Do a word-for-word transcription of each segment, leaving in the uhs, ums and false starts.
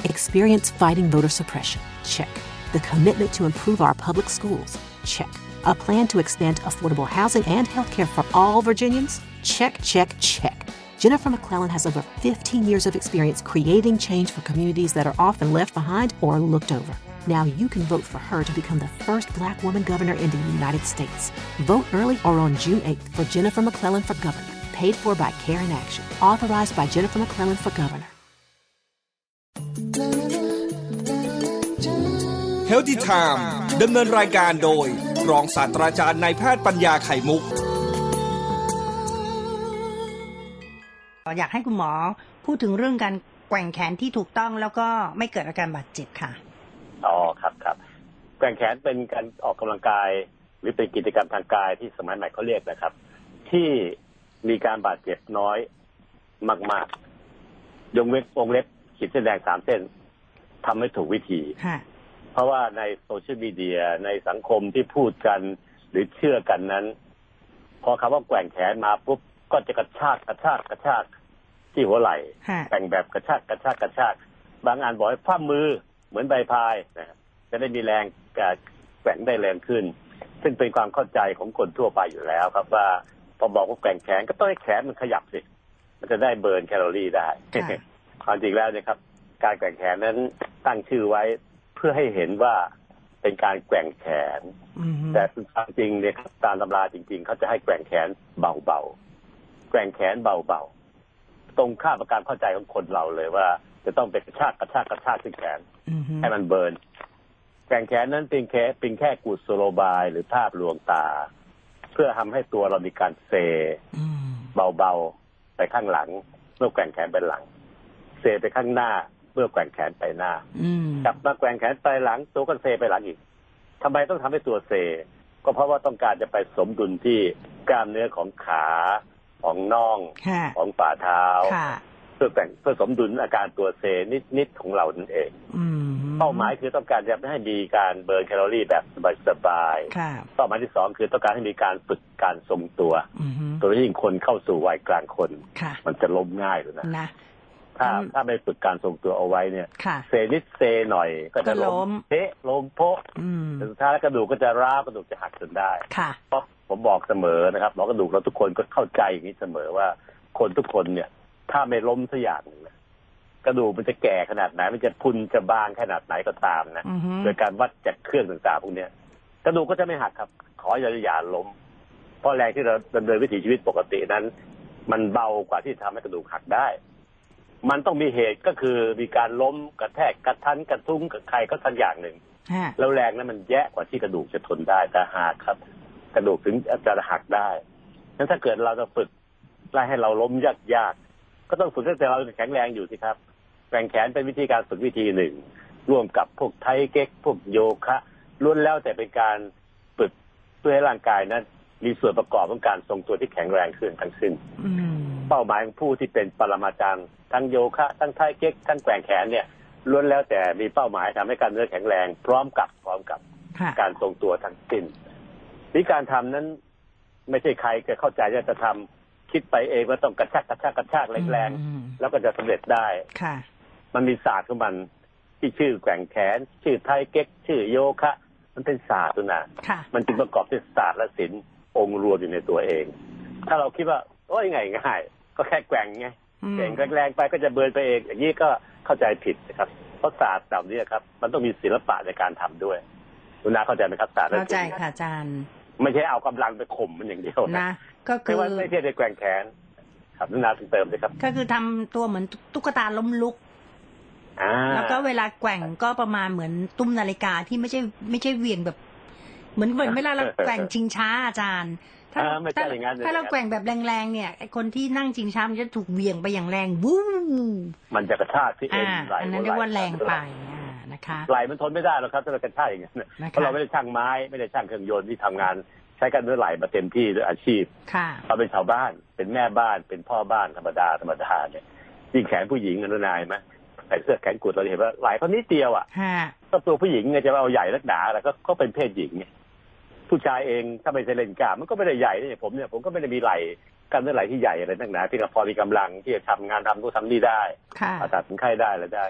Experience fighting voter suppression? Check. The commitment to improve our public schools? Check. A plan to expand affordable housing and health care for all Virginians? Check, check, check. Jennifer McClellan has over fifteen years of experience creating change for communities that are often left behind or looked over. Now you can vote for her to become the first Black woman governor in the United States. Vote early or on June eighth for Jennifer McClellan for governor. Paid for by Care in Action. Authorized by Jennifer McClellan for governor. Healthy Time ดำเนินรายการโดยรองศาสตราจารย์นายแพทย์ปัญญาไข่มุกอยากให้คุณหมอพูดถึงเรื่องการแกว่งแขนที่ถูกต้องแล้วก็ไม่เกิดอาการบาดเจ็บค่ะอ๋อครับครับแกว่งแขนเป็นการออกกำลังกายหรือเป็นกิจกรรมทางกายที่สมัยใหม่เขาเรียกนะครับที่มีการบาดเจ็บน้อยมากๆยกเว้นวงเล็บขีดเส้นแดงสามเส้นทำไม่ถูกวิธีเพราะว่าในโซเชียลมีเดียในสังคมที่พูดกันหรือเชื่อกันนั้นพอคำว่าแกว่งแขนมาปุ๊บก็จะกระชากกระชากกระชากที่หัวไหล่แต่งแบบกระชากกระชากกระชากบางอันบอกให้คว่ำมือเหมือนใบพายนะจะได้มีแรงแกว่งได้แรงขึ้นซึ่งเป็นความเข้าใจของคนทั่วไปอยู่แล้วครับว่าพอบอกว่าแกว่งแขนก็ต้องให้แขนมันขยับสิมันจะได้เบิร์นแคลอรี่ได้ความจริงแล้วเนี่ยครับการแกว่งแขนนั้นตั้งชื่อไว้เพื่อให้เห็นว่าเป็นการแกว่งแขนแต่ความจริงเนี่ยตามตำราจริงๆเขาจะให้แกว่งแขนเบาๆแกว่งแขนเบาๆตรงข้ามกับการเข้าใจของคนเราเลยว่าจะต้องเป็นกระชากกระชากกระชากที่แขนให้มันเบิร์นแกว่งแขนนั้นเป็นแค่เป็นแค่กุศโลบายหรือภาพลวงตาเพื่อทำให้ตัวเรามีการเซเบาๆไปข้างหลังเมื่อแกว่งแขนไปหลังเซไปข้างหน้าเมื่อแกว่งแขนไปหน้ากลับมาแกว่งแขนไปหลังตัวก็เซไปหลังอีกทำไมต้องทำให้ตัวเซก็เพราะว่าต้องการจะไปสมดุลที่กล้ามเนื้อของขาของน่องของฝ่าเท้าเพื่อแบ่งเพื่อสมดุลอาการตัวเซนิดๆของเรานั่นเองเป้าหมายคือต้องการจะให้มีการเบิร์นแคลอรี่แบบสบายๆเป้าหมายที่สองคือต้องการให้มีการฝึกการทรงตัวตัวที่ยิ่งคนเข้าสู่วัยกลางคนมันจะล้มง่ายเลยนะถ้าถ้าไม่ฝึกการทรงตัวเอาไว้เนี่ยเซนิดเซหน่อยก็จะล้มเทะล้มโป๊ะสุดท้ายแล้วกระดูกก็จะร้าวกระดูกจะหักจนได้เพราะผมบอกเสมอนะครับหมอกระดูกเราทุกคนก็เข้าใจอย่างนี้เสมอว่าคนทุกคนเนี่ยถ้าไม่ล้มสักอย่างนึงนะกระดูกมันจะแก่ขนาดไหนมันจะพุนจะบางขนาดไหนก็ตามนะโดยการวัดจากเครื่องต่างๆพวกนี้กระดูกก็จะไม่หักครับขออย่าอย่าล้มเพราะแรงที่เราดำเนินวิถีชีวิตปกตินั้นมันเบากว่าที่ทำให้กระดูกหักได้มันต้องมีเหตุก็คือมีการล้มกระแทกกระทันกระทุ้งกับใครก็สักอย่างหนึ่งแล้วแรงนั้นมันแย่กว่าที่กระดูกจะทนได้แต่หักครับกระดูกถึงจะหักได้งั้นถ้าเกิดเราจะฝึกไล่ให้เราล้มยากๆก็ต้องฝึกตั้งแต่เราแข็งแรงอยู่สิครับแกว่งแขนเป็นวิธีการฝึกวิธีหนึ่งร่วมกับพวกไทเก๊กพวกโยคะล้วนแล้วแต่เป็นการฝึกเพื่อให้ร่างกายนั้นมีส่วนประกอบของการทรงตัวที่แข็งแรงขึ้นทั้งสิ้นเป้าหมายของผู้ที่เป็นปรมาจารย์ทั้งโยคะทั้งไทเก๊กทั้งแกว่งแขนเนี่ยล้วนแล้วแต่มีเป้าหมายทำให้กล้ามเนื้อแข็งแรงพร้อมกับพร้อมกับการทรงตัวทั้งสิ้นวิธีการทำนั้นไม่ใช่ใครจะเข้าใจจะทำคิดไปเองว่าต้องกระชากกระชากกระชากแรงๆแล้วก็จะสำเร็จได้มันมีศาสตร์ของมันที่ชื่อแกว่งแขนชื่อไทเก๊กชื่อโยคะมันเป็นศาสตร์ตัวน่ะมันจึงประกอบด้วยศาสตร์และศิลป์องค์รวมอยู่ในตัวเองถ้าเราคิดว่าโอ้ยง่ายง่ายก็แค่แกว่งไงแกว่งแรงๆไปก็จะเบิร์นไปเองอย่างนี้ก็เข้าใจผิดนะครับเพราะศาสตร์แบบนี้ครับมันต้องมีศิลปะในการทำด้วยคุณนาเข้าใจไหมครับศาสตร์เข้าใจค่ะอาจารย์ไม่ใช่เอากำลังไปข่มมันอย่างเดียวนะก็คือไม่ใช่ในแกว่งแขนครับคุณนาเติมเลยครับก็คือทำตัวเหมือนตุ๊กตาล้มลุกแล้วก็เวลาแกว่งก็ประมาณเหมือนตุ้มนาฬิกาที่ไม่ใช่ไม่ใช่เวียงแบบเหมือนเหมือนเวลาเราแกว่งชิงช้าอาจารย์ถ้าถ้าเราแกว่งแบบแรงๆเนี่ยไอคนที่นั่งชิงช้ามันจะถูกเวียงไปอย่างแรงวู้มันจะกระชากที่เอ็นไหลอันนั้นเรียกว่าแรงไปนะคะไหลมันทนไม่ได้หรอกครับถ้าเรากระชากอย่างนี้เพราะเราไม่ได้ช่างไม้ไม่ได้ช่างเครื่องยนต์ที่ทำงานใช้กันเนื้อไหลมาเต็มที่ด้วยอาชีพเราเป็นชาวบ้านเป็นแม่บ้านเป็นพ่อบ้านธรรมดาธรรมดาเนี่ยยิ่งแขนผู้หญิงกันนายไหมใส่เสื้อแขนกุดเราเห็นว่าไหลเขานิดเดียวอ่ะก็ตัวผู้หญิงไงจะเอาใหญ่ลักหนาแล้วก็ก็เป็นเพศหญิงไงผู้ชายเองถ้าไม่ใช่เล่นกล้ามมันก็ไม่ได้ใหญ่เนี่ยผมเนี่ยผมก็ไม่ได้มีไหล่กันเนื้อไหลที่ใหญ่อะไรนักหนาที่พอมีกำลังที่จะทำงานทำนู่นทำนี่ได้ผ่าตัดคนไข้ได้แล้วได้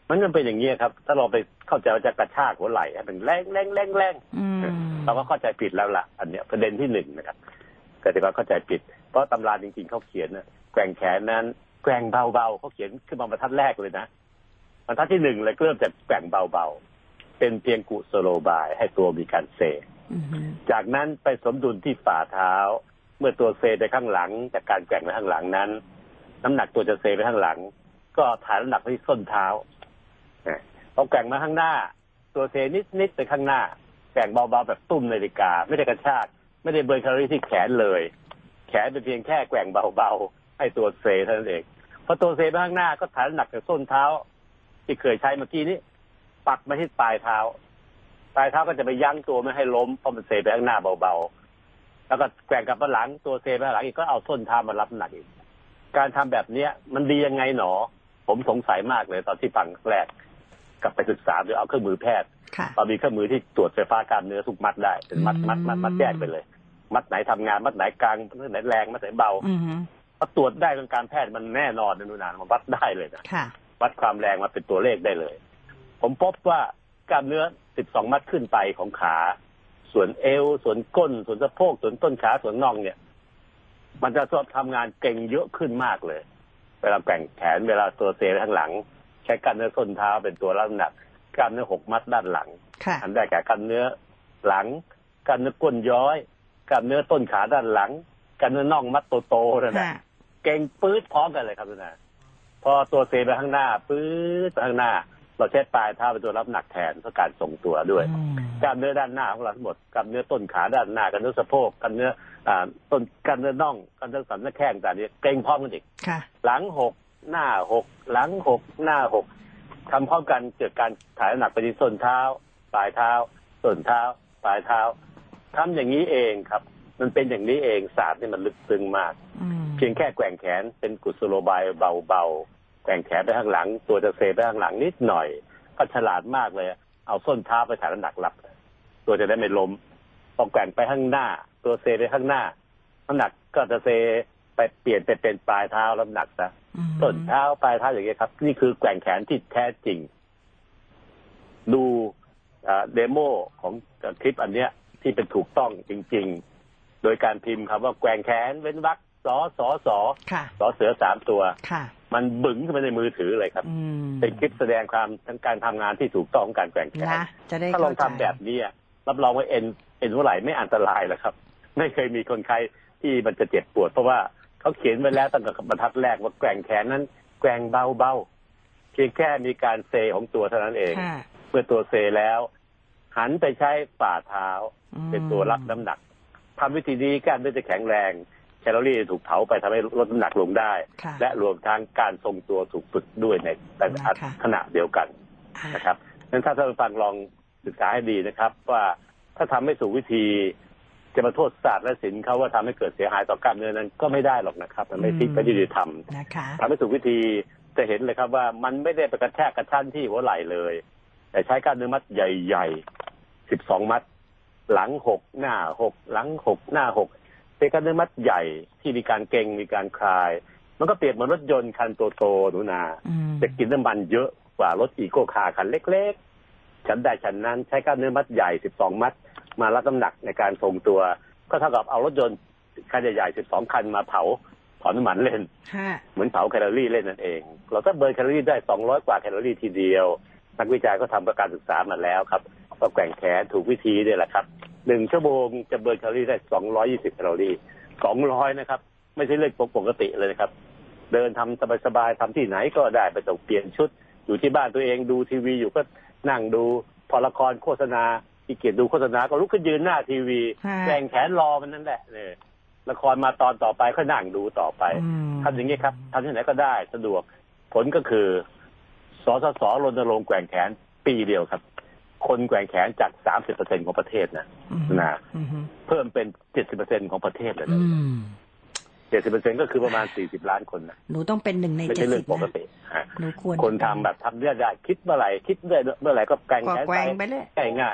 มันจะเป็นอย่างนี้ครับถ้าเราไปเข้าใจว่าจะกระชากหัวไหล่เป็นแรงแรงแรงแรงเราก็เข้าใจผิดแล้วล่ะอันเนี้ยประเด็นที่หนึ่งนะครับเกิดจากเข้าใจผิดเพราะตำราจริงๆเขาเขียนนะแกว่งแขนนั้นแกว่งเบาๆเขาเขียนขึ้นมาบรรทัดแรกเลยนะบรรทัดที่หนึ่งเลยเริ่มจากแกว่งเบาๆเป็นเพียงกุศโลบายให้ตัวมีการเซจากนั้นไปสมดุลที่ฝ่าเท้าเมื่อตัวเซไปข้างหลังจากการแกว่งไปข้างหลังนั้นน้ำหนักตัวจะเซไปข้างหลังก็ถ่ายน้ำหนักไปที่ส้นเท้าพอแกว่งมาข้างหน้าตัวเซนิดๆไปข้างหน้าแกว่งเบาๆแบบตุ้มนาฬิกาไม่ได้กระชากไม่ได้เบิร์นแคลอรี่ที่แขนเลยแขนเป็นเพียงแค่แกว่งเบาๆให้ตัวเซเท่านั้นเองพอตัวเซไปข้างหน้าก็ถ่ายน้ำหนักจากส้นเท้าที่เคยใช้เมื่อกี้นี้ปักมาที่ปลายเท้าปลายเท้าก็จะไปยั้งตัวไม่ให้ล้มเพราะมันเซไปข้างหน้าเบาๆแล้วก็แกว่งกลับมาหลังตัวเซไปข้างหลังอีกก็เอาส้นเท้ามารับหนักอีกการทำแบบนี้มันดียังไงหนอผมสงสัยมากเลยตอนที่ฟังแรกกลับไปศึกษาโดยเอาเครื่องมือแพทย์เรามีเครื่องมือที่ตรวจไฟฟ้ากล้ามเนื้อทุกมัดได้เป็นมัดมัดมัดมัดแยกไปเลยมัดไหนทำงานมัดไหนกลางมัดไหนแรงมัดไหนเบาพอตรวจได้ทางการแพทย์มันแน่นอนนะนูนานมันวัดได้เลยนะวัดความแรงมาเป็นตัวเลขได้เลยผมพบว่ากล้ามเนื้อสิบสองมัดขึ้นไปของขาส่วนเอวส่วนก้นส่วนสะโพกส่วนต้นขาส่วนน่องเนี่ยมันจะชอบทำงานเก่งเยอะขึ้นมากเลยเวลาแกว่งแขนเวลาตัวเซข้างหลังใช้กล้ามเนื้อส้นเท้าเป็นตัวรับน้ำหนักกล้ามเนื้อหกมัดด้านหลังอันได้แก่กล้ามเนื้อหลังกล้ามเนื้อก้นย้อยกล้ามเนื้อต้นขาด้านหลังกล้ามเนื้อน่องมัดโตๆนั่นแหละเก่งปื๊ดพร้อมกันเลยครับทุกท่านพอตัวเซไปข้างหน้าปื๊ดไปข้างหน้าเราใช้ปลายเท้าเป็นตัวรับน้ำหนักแทนเพื่อการทรงตัวด้วยกล้ามเนื้อด้านหน้าของเราทั้งหมดกล้ามเนื้อต้นขาด้านหน้ากล้ามเนื้อสะโพกกล้ามเนื้ออ่าต้นกล้ามเนื้อน่องกล้ามเนื้อสันหน้าแข้งต่างๆเก่งพร้อมกันอีกหลังหกหน้าหกหลังหกหน้าหกทำพร้อมกันเกิดการถ่ายน้ำหนักไปที่ส้นเท้าปลายเท้าส้นเท้าปลายเท้าทำอย่างนี้เองครับมันเป็นอย่างนี้เองศาสตร์นี่มันลึกซึ้งมากเพียงแค่แกว่งแขนเป็นกุศโลบายเบาๆแกว่งแขนไปข้างหลังตัวจะเซไปข้างหลังนิดหน่อยก็ฉลาดมากเลยเอาส้นเท้าไปถ่ายน้ำหนักรับตัวจะได้ไม่ล้มพอแกว่งไปข้างหน้าตัวเซไปข้างหน้าน้ำหนักก็จะเซไปเปลี่ยนไปเป็นปลายเท้าน้ำหนักซะต้นเท้าปลายเท้าอย่างเงี้ยครับนี่คือแกว่งแขนที่แท้จริงดูเดโมของคลิปอันเนี้ยที่เป็นถูกต้องจริงๆโดยการพิมพ์คำว่าแกว่งแขนเว้นวรรคสอสอสอสอเสือสามตัวมันบึ้งขึ้นมาในมือถือเลยครับเป็นคลิปแสดงความทั้งการทำงานที่ถูกต้องของการแกว่งแขนถ้าลองทำแบบนี้รับรองว่าเอ็นเอ็นหัวไหล่ไม่อันตรายแล้วครับไม่เคยมีคนไข้ที่มันจะเจ็บปวดเพราะว่าเขาเขียนไว้แล้วตั้งแต่บรรทัดแรกว่าแกว่งแขนนั้นแกว่งเบาๆเพียงแค่มีการเซของตัวเท่านั้นเองเมื่อตัวเซแล้วหันไปใช้ฝ่าเท้าเป็นตัวรับน้ำหนักทำวิธีนี้กล้ามเนื้อจะแข็งแรงแคลอรี่ถูกเผาไปทำให้ลดน้ำหนักลงได้และรวมทั้งการทรงตัวถูกฝึกด้วยในขณะเดียวกันนะครับงั้นถ้าท่านฟังลองศึกษาให้ดีนะครับว่าถ้าทำไม่ถูกวิธีจะมาโทษศาสตร์และศิลป์เขาว่าทำให้เกิดเสียหายต่อกล้ามเนื้อนั้นก็ไม่ได้หรอกนะครับมันไม่ทิศไม่ยุติธรรมทำให้ถูกวิธีจะเห็นเลยครับว่ามันไม่ได้ไปกระแทกกระชั้นที่หัวไหล่เลยแต่ใช้กล้ามเนื้อมัดใหญ่ๆสิบสองมัดหลังหกหน้าหกหลังหกหน้าหกเป็นกล้ามเนื้อมัดใหญ่ที่มีการเก่งมีการคลายมันก็เปรียบเหมือนรถยนต์คันโตๆหนูนาจะกินน้ำมันเยอะกว่ารถอีโก้คาร์คันเล็กๆฉันได้ฉันนั้นใช้กล้ามเนื้อมัดใหญ่สิบสองมัดมารับน้ำหนักในการทรงตัวก็เท่ากับเอารถยนต์คันใหญ่ๆสิบสองคันมาเผาเผาน้ำมันเล่นเหมือนเผาแคลอรี่เล่นนั่นเองเราก็เบิร์นแคลอรี่ได้สองร้อยกว่าแคลอรี่ทีเดียวนักวิจัยก็ทำประการศึกษามาแล้วครับก็แกว่งแขนถูกวิธีนี่แหละครับหนึ่งชั่วโมงจะเบิร์นแคลอรี่ได้สองร้อยยี่สิบแคลอรี่สองร้อยนะครับไม่ใช่เรื่องปกติเลยนะครับเดินทำสบายๆทำที่ไหนก็ได้ไปต้องเปลี่ยนชุดอยู่ที่บ้านตัวเองดูทีวีอยู่ก็นั่งดูพอละครโฆษณาที่เกียรติดูโฆษณาก็ลุกขึ้นยืนหน้าทีวีแกว่งแขนรอมันนั่นแหละเนี่ยละครมาตอนต่อไปก็นั่งดูต่อไปทำอย่างนี้ครับทำที่ไหนก็ได้สะดวกผลก็คือสสสรณรงค์แกว่งแขนปีเดียวครับคนแกว่งแขนจาก สามสิบเปอร์เซ็นต์ ของประเทศนะนะเพิ่มเป็น เจ็ดสิบเปอร์เซ็นต์ ของประเทศเลยนะเจ็ดสิบเปอร์เซ็นต์ก็คือประมาณสี่สิบล้านคนนะหนูต้องเป็นหนึ่งในเจ็ดสิบนะหนูควรคนทำแบบทำเรื่อยๆคิดเมื่อไหร่คิดเมื่อไหร่ก็แกว่งแขนไปง่าย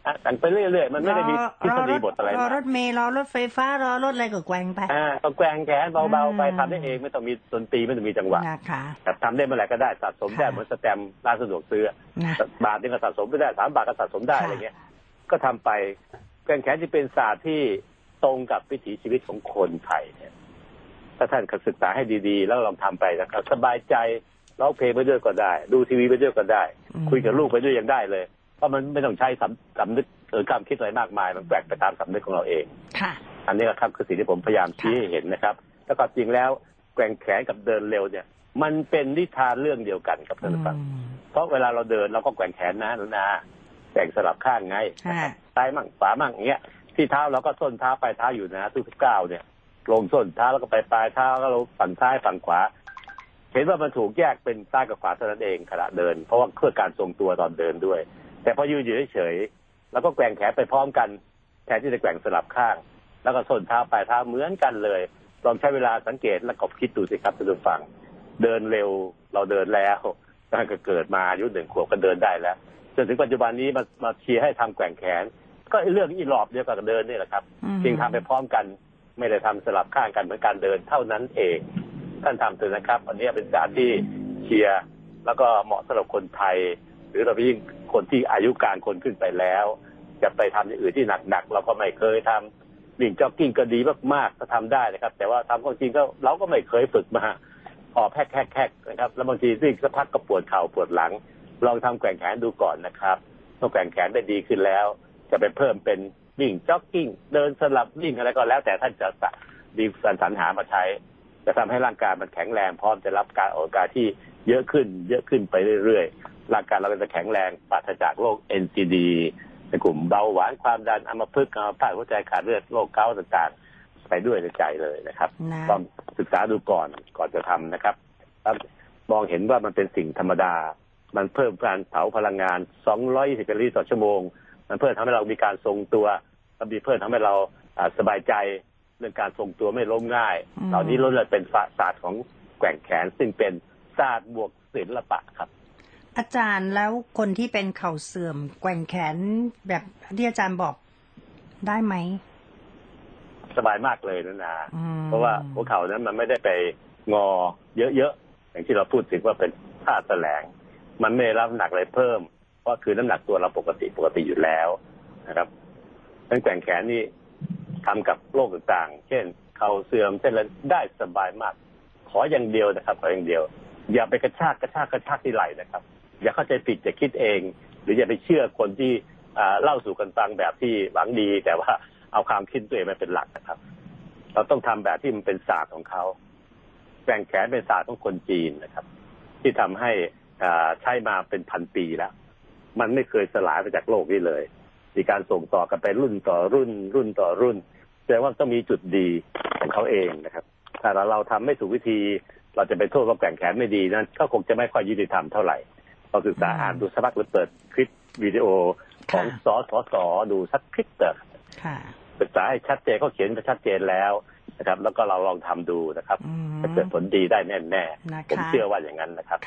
แต่งไปเรื่อยๆมันไม่ได้มีทฤษฎีบทอะไรรอรถเมล์รอรถไฟฟ้ารอรถอะไรก็แกว่งไปอ่าก็แกว่งแขนเบาๆไปทำได้เองไม่ต้องมีดนตรีไม่ต้องมีจังหวะแต่ทำได้เมื่อไหร่ก็ได้สะสมได้เหมือนสแตมป์ร้านสะดวกซื้อบาทนึงก็สะสมไม่ได้สามบาทก็สะสมได้อะไรเงี้ยก็ทำไปแกว่งแขนที่เป็นศาสตร์ที่ตรงกับวิถีชีวิตของคนไทยเนี่ยถ้าท่านศึกษาให้ดีๆแล้วลองทำไปนะครับสบายใจร้องเพลงไปด้วยก็ได้ดูทีวีไปด้วยก็ได้คุยกับลูกไปด้วยยังได้เลยเพราะมันไม่ต้องใช้สำนึกหรือความคิดอะไรมากมายมันแปลกไปตามสำนึกของเราเองค่ะอันนี้ครับคือสิ่งที่ผมพยายามชี้ให้เห็นนะครับแล้วก็จริงแล้วแกว่งแขนกับเดินเร็วเนี่ยมันเป็นนิทานเรื่องเดียวกันครับท่านผู้ฟังเพราะเวลาเราเดินเราก็แกว่งแขนนะนะนะแกว่งสลับข้างไงซ้ายมั่งขวามั่งอย่างเงี้ยที่เท้าเราก็ส้นเท้าปลายเท้าอยู่นะทุกๆก้าวเนี่ยลงส้นเท้าแล้วก็ไปปลายเท้าแล้วเราฝั่งซ้ายฝั่งขวาเห็นว่ามันถูกแยกเป็นซ้ายกับขวาเท่านั้นเองขณะเดินเพราะว่าเพื่อการทรงตัวตอนเดินด้วยแต่พอยืนอยู่เฉยๆแล้วก็แกว่งแขนไปพร้อมกันแทนที่จะแกว่งสลับข้างแล้วก็ส้นเท้าปลายเท้าเหมือนกันเลยลองใช้เวลาสังเกตแล้วก็คิดดูสิครับท่านผู้ฟังเดินเร็วเราเดินแล้วตั้งแต่เกิดมาอายุหนึ่งขวบก็เดินได้แล้วจนถึงปัจจุบันนี้มามาเชียร์ให้ทำแกว่งแขนก็เรื่องอีหลอบเดียวกับเดินนี่แหละครับจริงทำไปพร้อมกันไม่ได้ทำสลับข้างกันเหมือนการเดินเท่านั้นเองท่านทำเถอะนะครับอันนี้เป็นศาสตร์ที่เชียร์แล้วก็เหมาะสำหรับคนไทยหรือเรายิ่งคนที่อายุกลางคนขึ้นไปแล้วจะไปทำอย่างอื่นที่หนักๆเราก็ไม่เคยทำวิ่งจ็อกกิ้งก็ดีมากๆก็ทำได้นะครับแต่ว่าทำจริงก็เราก็ไม่เคยฝึกมาออกแฮกๆๆนะครับแล้วบางทีวิ่งสักพักก็ปวดเข่าปวดหลังลองทำแกว่งแขนดูก่อนนะครับถ้าแกว่งแขนได้ดีขึ้นแล้วจะไปเพิ่มเป็นวิ่งจ็อกกิ้งเดินสลับวิ่งอะไรก็แล้วแต่ท่านจะดีสรรหามาใช้จะทำให้ร่างกายมันแข็งแรงพร้อมจะรับการออกกำลังกายที่เยอะขึ้นเยอะขึ้นไปเรื่อยๆร่างกายเราก็จะแข็งแรงปราศจากโรค เอ็น ซี ดี ในกลุ่มเบาหวานความดันอัมพฤกษ์อัมพาตหัวใจขาดเลือดโรคเกาต์ต่างๆไปด้วยในใจเลยนะครับต้องศึกษาดูก่อนก่อนจะทำนะครับมองเห็นว่ามันเป็นสิ่งธรรมดามันเพิ่มการเผาพลังงานสองร้อยยี่สิบแคลอรี่ต่อชั่วโมงมันเพิ่มทำให้เรามีการทรงตัวมันมีเพิ่มทำให้เราสบายใจเรื่องการทรงตัวไม่ล้มง่ายเหล่านี้ล้วนเลยเป็นศาสตร์ของแกว่งแขนซึ่งเป็นศาสตร์บวกศิลปะครับอาจารย์แล้วคนที่เป็นเข่าเสื่อมแกว่งแขนแบบที่อาจารย์บอกได้ไหมสบายมากเลยนะนะเพราะว่าหัวเข่านั้นมันไม่ได้ไปงอเยอะๆอย่างที่เราพูดถึงว่าเป็นท่าแสลงมันไม่รับน้ำหนักอะไรเพิ่มเพราะคือน้ำหนักตัวเราปกติปกติอยู่แล้วนะครับการแกว่งแขนนี่ทำกับโรคต่างๆเช่นเข่าเสื่อมเส้นเลือดได้สบายมากขออย่างเดียวนะครับขออย่างเดียวอย่าไปกระชากกระชากกระชากที่ไหล่นะครับอย่าเข้าใจผิดจะคิดเองหรืออย่าไปเชื่อคนที่เล่าสู่กันฟังแบบที่หวังดีแต่ว่าเอาความคิดตัวเองมาเป็นหลักนะครับเราต้องทำแบบที่มันเป็นศาสตร์ของเขาแกว่งแขนเป็นศาสตร์ของคนจีนนะครับที่ทำให้ใช้มาเป็นพันปีแล้วมันไม่เคยสลายไปจากโลกนี้เลยมีการส่งต่อกันไปรุ่นต่อรุ่นรุ่นต่อรุ่นแสดงว่าต้องมีจุดดีของเขาเองนะครับถ้าเราทำไม่ถูกวิธีเราจะไปโทษว่าแกว่งแขนไม่ดีนั้นก็คงจะไม่ค่อยยุติธรรมเท่าไหร่เราศึกษาอ่านดูสักพักหรือเปิดคลิปวิดีโอของสสสดูสักคลิปเถอะศึกษาให้ชัดเจนเขาเขียนไปชัดเจนแล้วนะครับแล้วก็เราลองทำดูนะครับจะเกิดผลดีได้แน่ๆผมเชื่อว่าอย่างนั้นนะครับ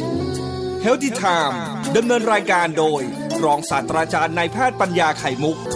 Healthy Time ดำเนินรายการโดยรองศาสตราจารย์นายแพทย์ปัญญาไข่มุก